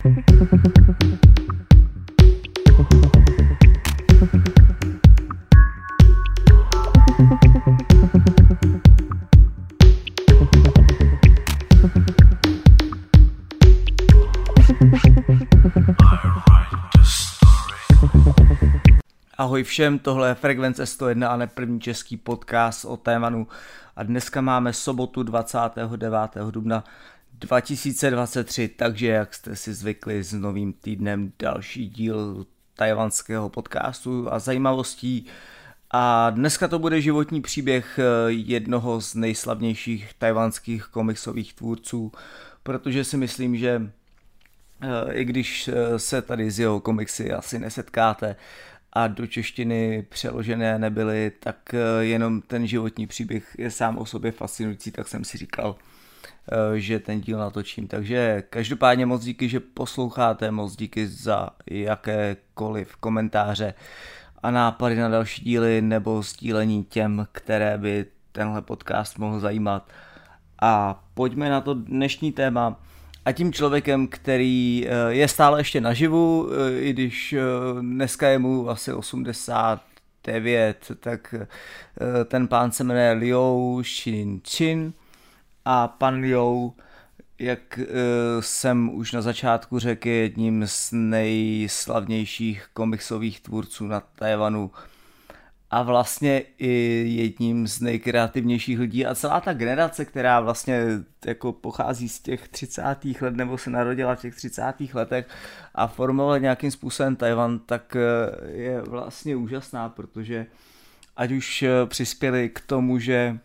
Ahoj všem, tohle je Frekvence 101 a ne první český podcast o Tajvanu a dneska máme sobotu 29. dubna 2023, takže jak jste si zvykli s novým týdnem další díl tajvanského podcastu a zajímavostí a dneska to bude životní příběh jednoho z nejslavnějších tajvanských komiksových tvůrců, protože si myslím, že i když se tady z jeho komiksy asi nesetkáte a do češtiny přeložené nebyly, tak jenom ten životní příběh je sám o sobě fascinující, tak jsem si říkal, že ten díl natočím. Takže každopádně moc díky, že posloucháte, moc díky za jakékoliv komentáře a nápady na další díly nebo sdílení těm, které by tenhle podcast mohl zajímat. A pojďme na to dnešní téma. A tím člověkem, který je stále ještě naživu, i když dneska je mu asi 89, tak ten pán se jmenuje Liu Xin a pan Liu, jak jsem už na začátku řekl, je jedním z nejslavnějších komiksových tvůrců na Tajvanu a vlastně i jedním z nejkreativnějších lidí a celá ta generace, která vlastně jako pochází z těch 30. let nebo se narodila v těch 30. letech a formovala nějakým způsobem Tajvan, tak je vlastně úžasná, protože ať už přispěli k tomu, že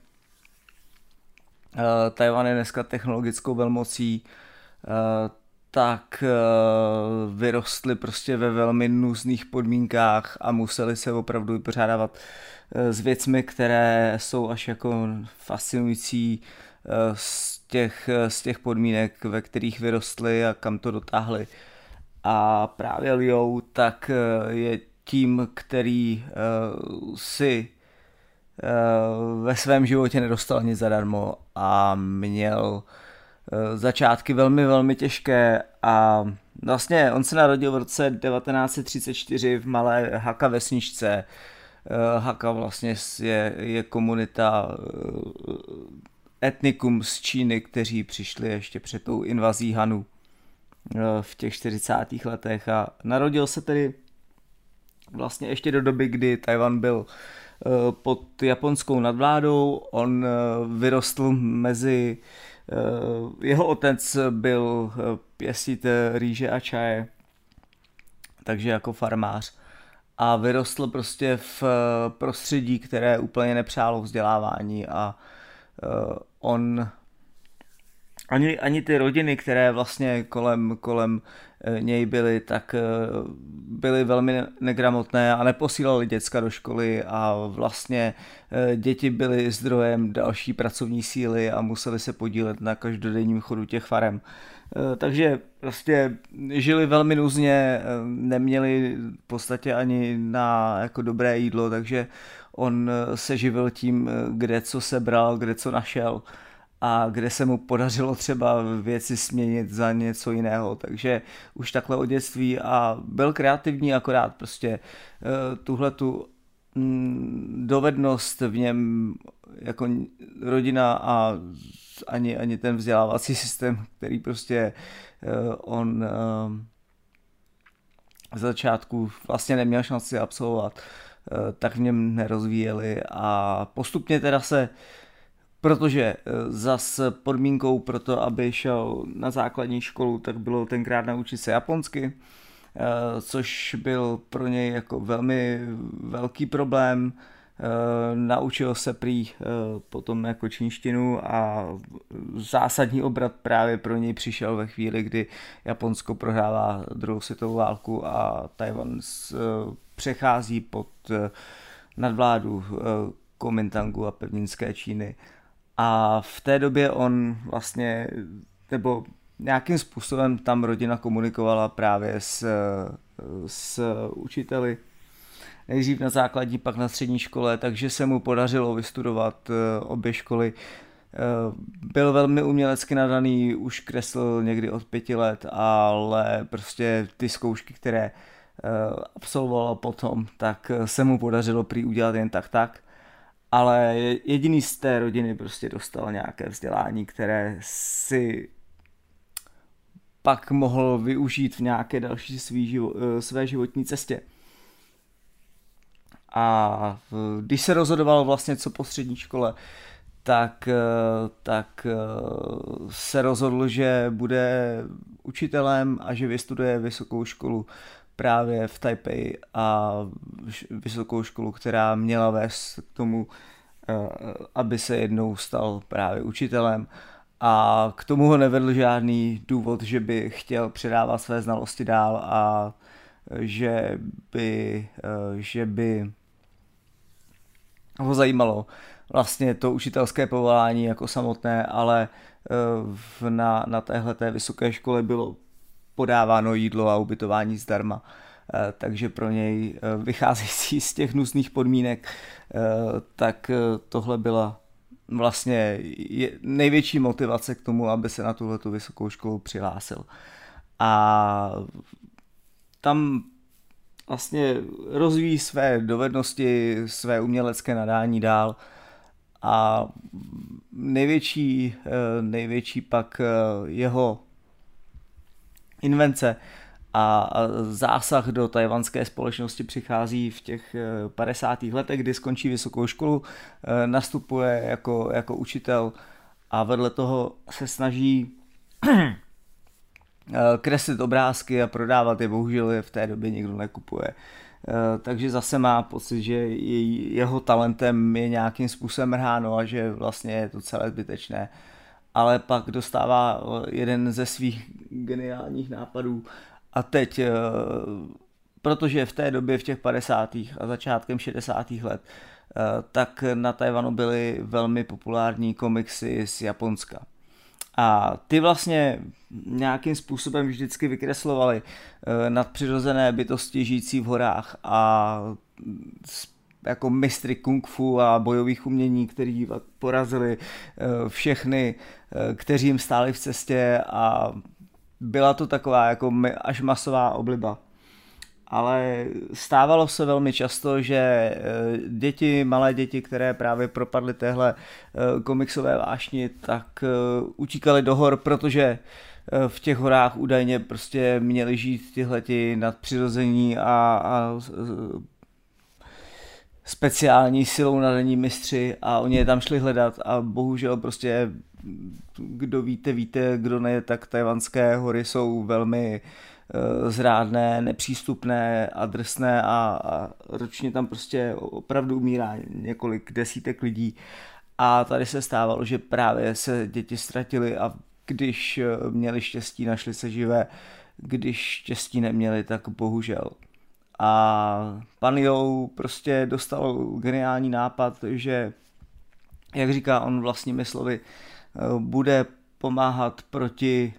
Tajvan je dneska technologickou velmocí, tak vyrostli prostě ve velmi nuzných podmínkách a museli se opravdu vypořádávat s věcmi, které jsou až jako fascinující z těch podmínek, ve kterých vyrostli a kam to dotáhli. A právě Liu tak je tím, který si ve svém životě nedostal nic zadarmo a měl začátky velmi, velmi těžké a vlastně on se narodil v roce 1934 v malé Hakka vesničce. Hakka vlastně je komunita etnikum z Číny, kteří přišli ještě před tou invazí Hanů v těch 40. letech a narodil se tedy vlastně ještě do doby, kdy Tajvan byl pod japonskou nadvládou. On vyrostl mezi jeho otec byl pěstitel rýže a čaje, takže jako farmář a vyrostl prostě v prostředí, které úplně nepřálo vzdělávání a on ani ty rodiny, které vlastně kolem něj byly, tak byly velmi negramotné a neposílali děcka do školy a vlastně děti byly zdrojem další pracovní síly a museli se podílet na každodenním chodu těch farem. Takže prostě žili velmi nuzně, neměli v podstatě ani na jako dobré jídlo, takže on se živil tím, kde co sebral, kde co našel a kde se mu podařilo třeba věci směnit za něco jiného, takže už takhle od dětství a byl kreativní, akorát prostě tuhletu dovednost v něm jako rodina a ani ten vzdělávací systém, který prostě on v začátku vlastně neměl šanci absolvovat, tak v něm nerozvíjeli a postupně teda se, protože zas podmínkou pro to, aby šel na základní školu, tak bylo tenkrát naučit se japonsky, což byl pro něj jako velmi velký problém. Naučil se prý potom jako čínštinu a zásadní obrat právě pro něj přišel ve chvíli, kdy Japonsko prohrává druhou světovou válku a Tajvan přechází pod nadvládu Kuomintangu a pevninské Číny. A v té době on vlastně, nebo nějakým způsobem tam rodina komunikovala právě s učiteli, nejdřív na základní, pak na střední škole, takže se mu podařilo vystudovat obě školy. Byl velmi umělecky nadaný, už kreslil někdy od 5 let, ale prostě ty zkoušky, které absolvoval potom, tak se mu podařilo prý udělat jen tak. Ale jediný z té rodiny prostě dostal nějaké vzdělání, které si pak mohl využít v nějaké další své životní cestě. A když se rozhodoval vlastně co po střední škole, tak se rozhodl, že bude učitelem a že vystuduje vysokou školu právě v Taipei a vysokou školu, která měla vést k tomu, aby se jednou stal právě učitelem. A k tomu ho nevedl žádný důvod, že by chtěl předávat své znalosti dál a že by ho zajímalo vlastně to učitelské povolání jako samotné, ale na téhleté vysoké škole bylo podáváno jídlo a ubytování zdarma, takže pro něj vycházející z těch nuzných podmínek, tak tohle byla vlastně největší motivace k tomu, aby se na tuhletu vysokou školu přihlásil. A tam vlastně rozvíjí své dovednosti, své umělecké nadání dál a největší pak jeho invence a zásah do tajvanské společnosti přichází v těch 50. letech, kdy skončí vysokou školu, nastupuje jako učitel a vedle toho se snaží kreslit obrázky a prodávat je, bohužel je v té době nikdo nekupuje. Takže zase má pocit, že jeho talentem je nějakým způsobem mrháno a že vlastně je to celé zbytečné. Ale pak dostává jeden ze svých geniálních nápadů a teď, protože v té době v těch 50. a začátkem 60. let, tak na Tajvanu byly velmi populární komiksy z Japonska. A ty vlastně nějakým způsobem vždycky vykreslovaly nadpřirozené bytosti žijící v horách a jako mistry kung fu a bojových umění, kteří porazili všechny, kteří jim stáli v cestě a byla to taková jako až masová obliba. Ale stávalo se velmi často, že malé děti, které právě propadly téhle komiksové vášni, tak utíkali do hor, protože v těch horách údajně prostě měli žít tihleti nadpřirození a speciální silou nadaní mistři a oni je tam šli hledat a bohužel prostě kdo víte, kdo ne, tak tajvanské hory jsou velmi zrádné, nepřístupné a drsné a ročně tam prostě opravdu umírá několik desítek lidí a tady se stávalo, že právě se děti ztratily a když měli štěstí, našli se živé, když štěstí neměli, tak bohužel. A pan Jou prostě dostal geniální nápad, že, jak říká on vlastními slovy, bude pomáhat proti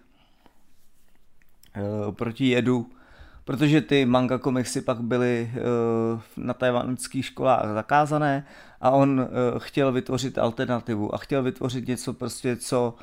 jedu, protože ty manga komiksy pak byly na tajvanských školách zakázané a on chtěl vytvořit alternativu a chtěl vytvořit něco prostě, co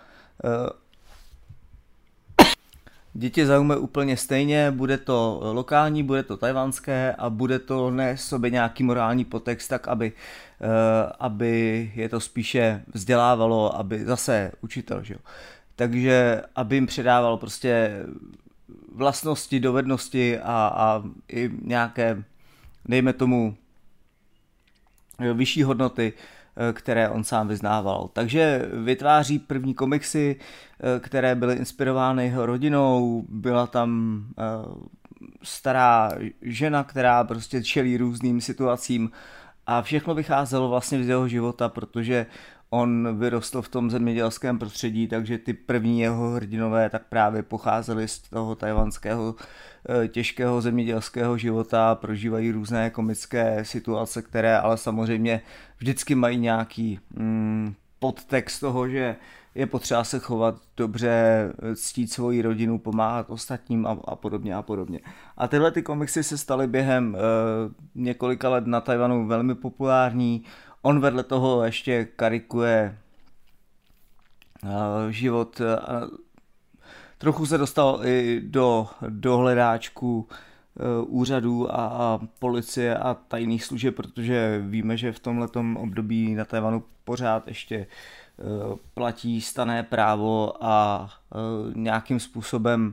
děti zaujme úplně stejně, bude to lokální, bude to tajvanské a bude to nést sobě nějaký morální podtext, tak aby je to spíše vzdělávalo, aby zase učitel, že jo. Takže aby jim předával prostě vlastnosti, dovednosti a i nějaké, dejme tomu, vyšší hodnoty, které on sám vyznával. Takže vytváří první komiksy, které byly inspirovány jeho rodinou. Byla tam stará žena, která prostě čelí různým situacím a všechno vycházelo vlastně z jeho života, protože on vyrostl v tom zemědělském prostředí, takže ty první jeho hrdinové tak právě pocházeli z toho tajvanského těžkého zemědělského života, prožívají různé komické situace, které ale samozřejmě vždycky mají nějaký podtext toho, že je potřeba se chovat dobře, ctít svoji rodinu, pomáhat ostatním a podobně a podobně. A tyhle ty komiksy se staly během několika let na Tajvanu velmi populární. On vedle toho ještě karikuje život. Trochu se dostal i do hledáčku úřadů a policie a tajných služeb, protože víme, že v tomhletom období na Tchaj-wanu pořád ještě platí stanné právo a nějakým způsobem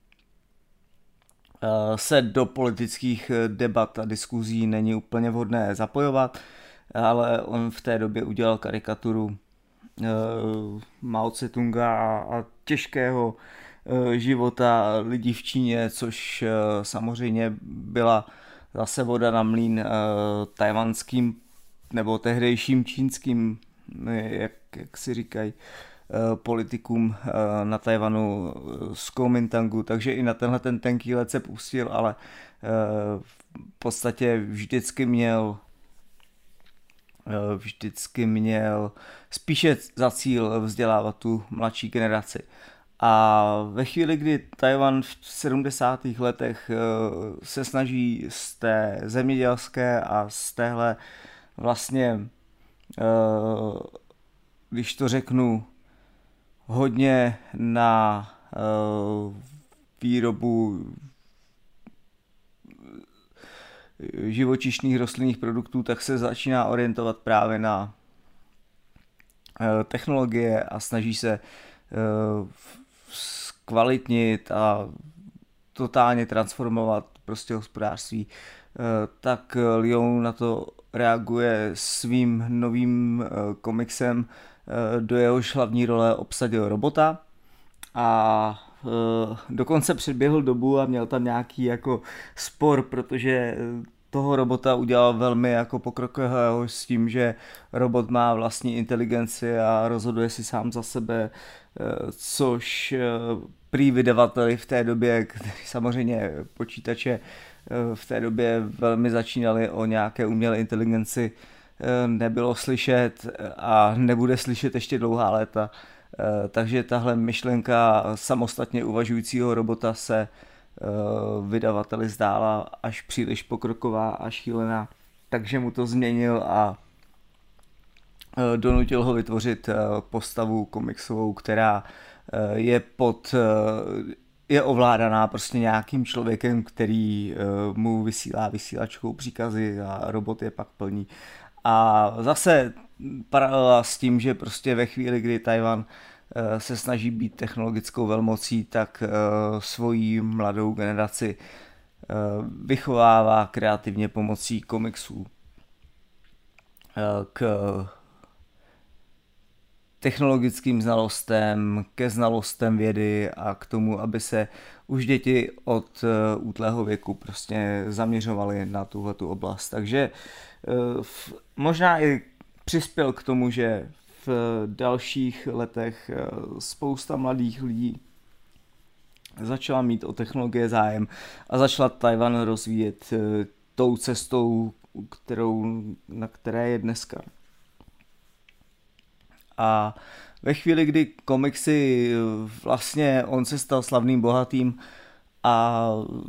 se do politických debat a diskuzí není úplně vhodné zapojovat, ale on v té době udělal karikaturu Mao Tse-tunga a těžkého života lidí v Číně, což samozřejmě byla zase voda na mlýn tajvanským nebo tehdejším čínským, jak si říkají, politikům na Tchaj-wanu z Kuomintangu, takže i na tenhle ten tenký let se pustil, ale v podstatě vždycky měl spíše za cíl vzdělávat tu mladší generaci. A ve chvíli, kdy Tchaj-wan v 70. letech se snaží z té zemědělské a z téhle vlastně, když to řeknu, hodně na výrobu živočišných rostlinných produktů, tak se začíná orientovat právě na technologie a snaží se zkvalitnit a totálně transformovat prostě hospodářství. Tak Liu na to reaguje svým novým komiksem, do jehož hlavní role obsadil robota a dokonce předběhl dobu a měl tam nějaký jako spor, protože toho robota udělal velmi jako pokrokového s tím, že robot má vlastní inteligenci a rozhoduje si sám za sebe, což prý vydavateli v té době, který samozřejmě počítače v té době velmi začínali o nějaké umělé inteligenci, nebylo slyšet a nebude slyšet ještě dlouhá léta. Takže tahle myšlenka samostatně uvažujícího robota se vydavateli zdála až příliš pokroková a šílená, takže mu to změnil a donutil ho vytvořit postavu komiksovou, která je ovládaná prostě nějakým člověkem, který mu vysílá vysílačkou příkazy a robot je pak plní. A zase paralela s tím, že prostě ve chvíli, kdy Tchaj-wan se snaží být technologickou velmocí, tak svoji mladou generaci vychovává kreativně pomocí komiksů k technologickým znalostem, ke znalostem vědy a k tomu, aby se už děti od útlého věku prostě zaměřovaly na tuhletu oblast. Takže možná i přispěl k tomu, že v dalších letech spousta mladých lidí začala mít o technologie zájem a začala Tchaj-wan rozvíjet tou cestou, na které je dneska. A ve chvíli, kdy komiksy, vlastně on se stal slavným, bohatým a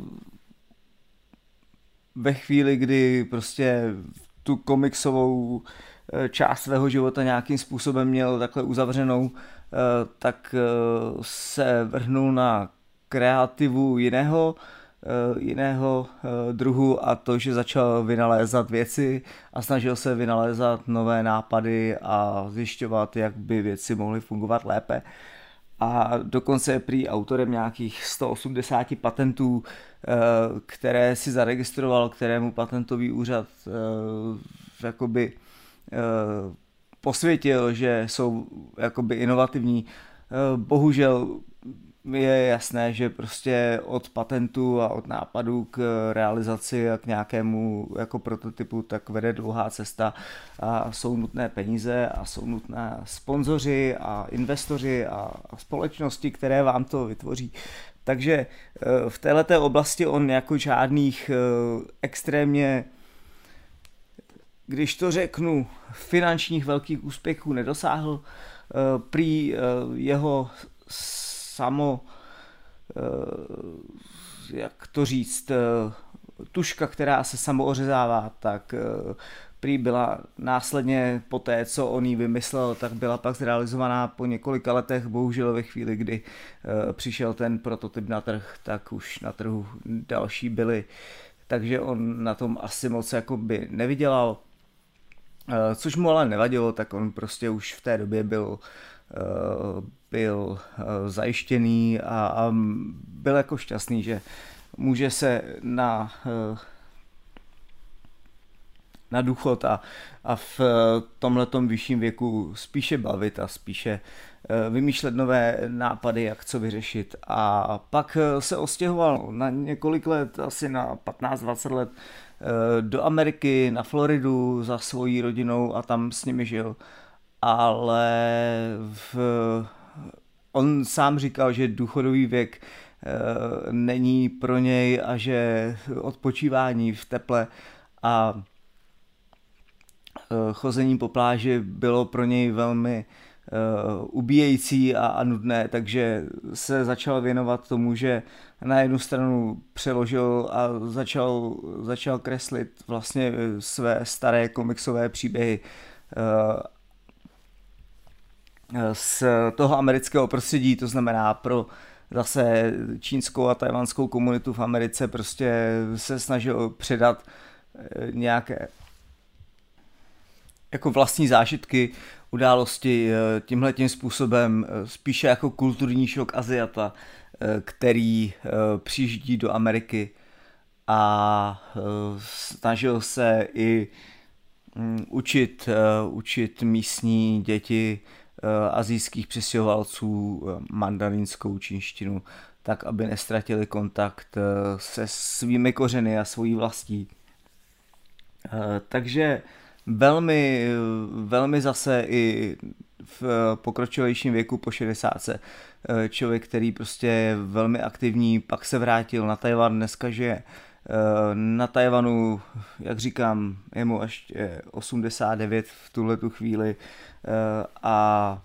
ve chvíli, kdy prostě tu komiksovou část svého života nějakým způsobem měl takhle uzavřenou, tak se vrhnul na kreativu jiného druhu, a to, že začal vynalézat věci a snažil se vynalézat nové nápady a zjišťovat, jak by věci mohly fungovat lépe. A dokonce je prý autorem nějakých 180 patentů, které si zaregistroval, kterému patentový úřad jakoby posvětil, že jsou jakoby inovativní. Bohužel je jasné, že prostě od patentu a od nápadu k realizaci a k nějakému jako prototypu tak vede dlouhá cesta a jsou nutné peníze a jsou nutné sponzoři a investoři a společnosti, které vám to vytvoří. Takže v této oblasti on jako žádných extrémně, když to řeknu, finančních velkých úspěchů nedosáhl. Prý jeho jak to říct, tuška, která se samoořezává, tak prý byla následně po té, co on ji vymyslel, tak byla pak zrealizovaná po několika letech, bohužel ve chvíli, kdy přišel ten prototyp na trh, tak už na trhu další byly, takže on na tom asi moc jakoby nevydělal, což mu ale nevadilo, tak on prostě už v té době byl zajištěný a byl jako šťastný, že může se na důchod a v tomhletom vyšším věku spíše bavit a spíše vymýšlet nové nápady, jak co vyřešit. A pak se ostěhoval na několik let, asi na 15-20 let, do Ameriky, na Floridu za svojí rodinou a tam s nimi žil. Ale on sám říkal, že důchodový věk není pro něj a že odpočívání v teple a chození po pláži bylo pro něj velmi ubíjející a nudné, takže se začal věnovat tomu, že na jednu stranu přeložil a začal kreslit vlastně své staré komiksové příběhy z toho amerického prostředí, to znamená pro zase čínskou a tajvanskou komunitu v Americe, prostě se snažil předat nějaké jako vlastní zážitky, události tímhletím způsobem, spíše jako kulturní šok Aziata, který přijíždí do Ameriky a snažil se i učit místní děti asijských přistěhovalců mandarinskou čínštinu, tak aby nestratili kontakt se svými kořeny a svojí vlastí. Takže velmi zase i v pokročilejším věku po 60. Člověk, který prostě je velmi aktivní, pak se vrátil na Tajvan, dneska žije na Tajvanu, jak říkám, je mu až 89 v tuhletu chvíli a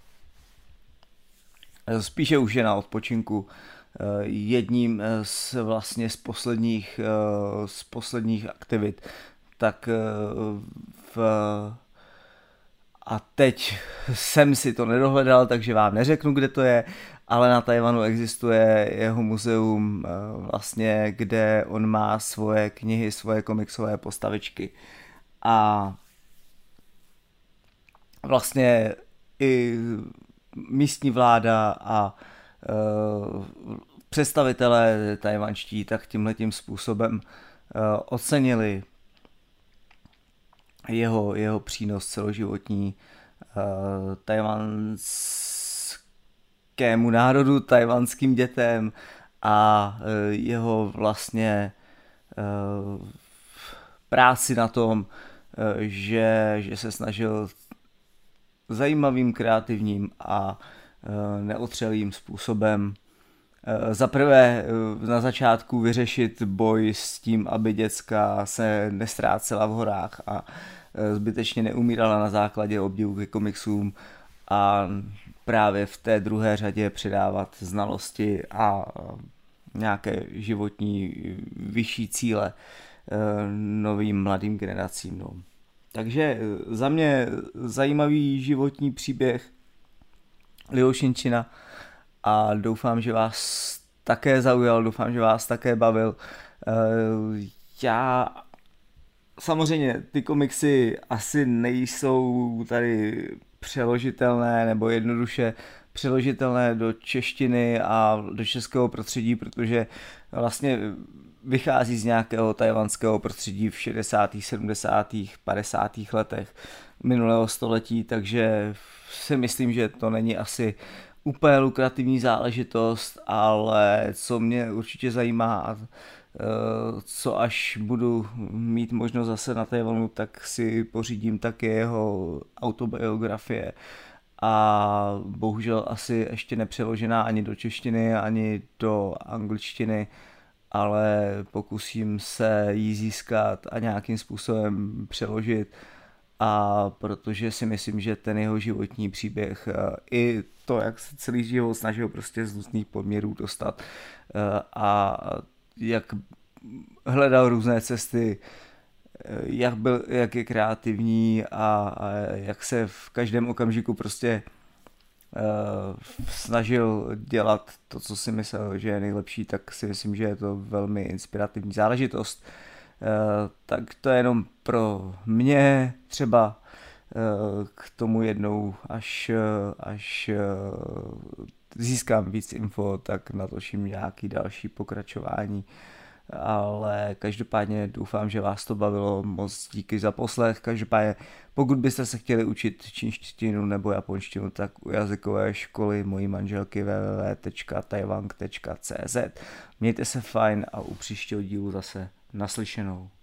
spíše už je na odpočinku. Jedním z posledních aktivit, tak a teď jsem si to nedohledal, takže vám neřeknu, kde to je, ale na Tajvanu existuje jeho muzeum, vlastně, kde on má svoje knihy, svoje komiksové postavičky. A vlastně i místní vláda a představitelé tajvanští tak tímhletím způsobem ocenili jeho přínos celoživotní tajvanskému národu, tajvanským dětem a jeho vlastně práci na tom, že se snažil zajímavým, kreativním a neotřelým způsobem zaprvé na začátku vyřešit boj s tím, aby děcka se nestrácela v horách a zbytečně neumírala na základě obdivu ke komiksům a právě v té druhé řadě předávat znalosti a nějaké životní vyšší cíle novým mladým generacím. No. Takže za mě zajímavý životní příběh Liu Xinchina a doufám, že vás také zaujal, doufám, že vás také bavil. Já samozřejmě ty komiksy asi nejsou tady přeložitelné nebo jednoduše přeložitelné do češtiny a do českého prostředí, protože vlastně vychází z nějakého tajvanského prostředí v 60., 70., 50. letech minulého století, takže si myslím, že to není asi úplně lukrativní záležitost, ale co mě určitě zajímá a co až budu mít možnost zase na Tajvanu, tak si pořídím také jeho autobiografie a bohužel asi ještě nepřeložená ani do češtiny, ani do angličtiny, ale pokusím se ji získat a nějakým způsobem přeložit, a protože si myslím, že ten jeho životní příběh i to, jak se celý život snažil prostě z různých podměrů dostat a jak hledal různé cesty, jak je kreativní a jak se v každém okamžiku prostě snažil dělat to, co si myslel, že je nejlepší, tak si myslím, že je to velmi inspirativní záležitost. Tak to je jenom pro mě třeba k tomu jednou, až získám víc info, tak natočím nějaký další pokračování. Ale každopádně doufám, že vás to bavilo, moc díky za poslech. Každopádně pokud byste se chtěli učit čínštinu nebo japonštinu, tak u jazykové školy mojí manželky www.taiwan.cz. Mějte se fajn a u příštího dílu zase naslyšenou.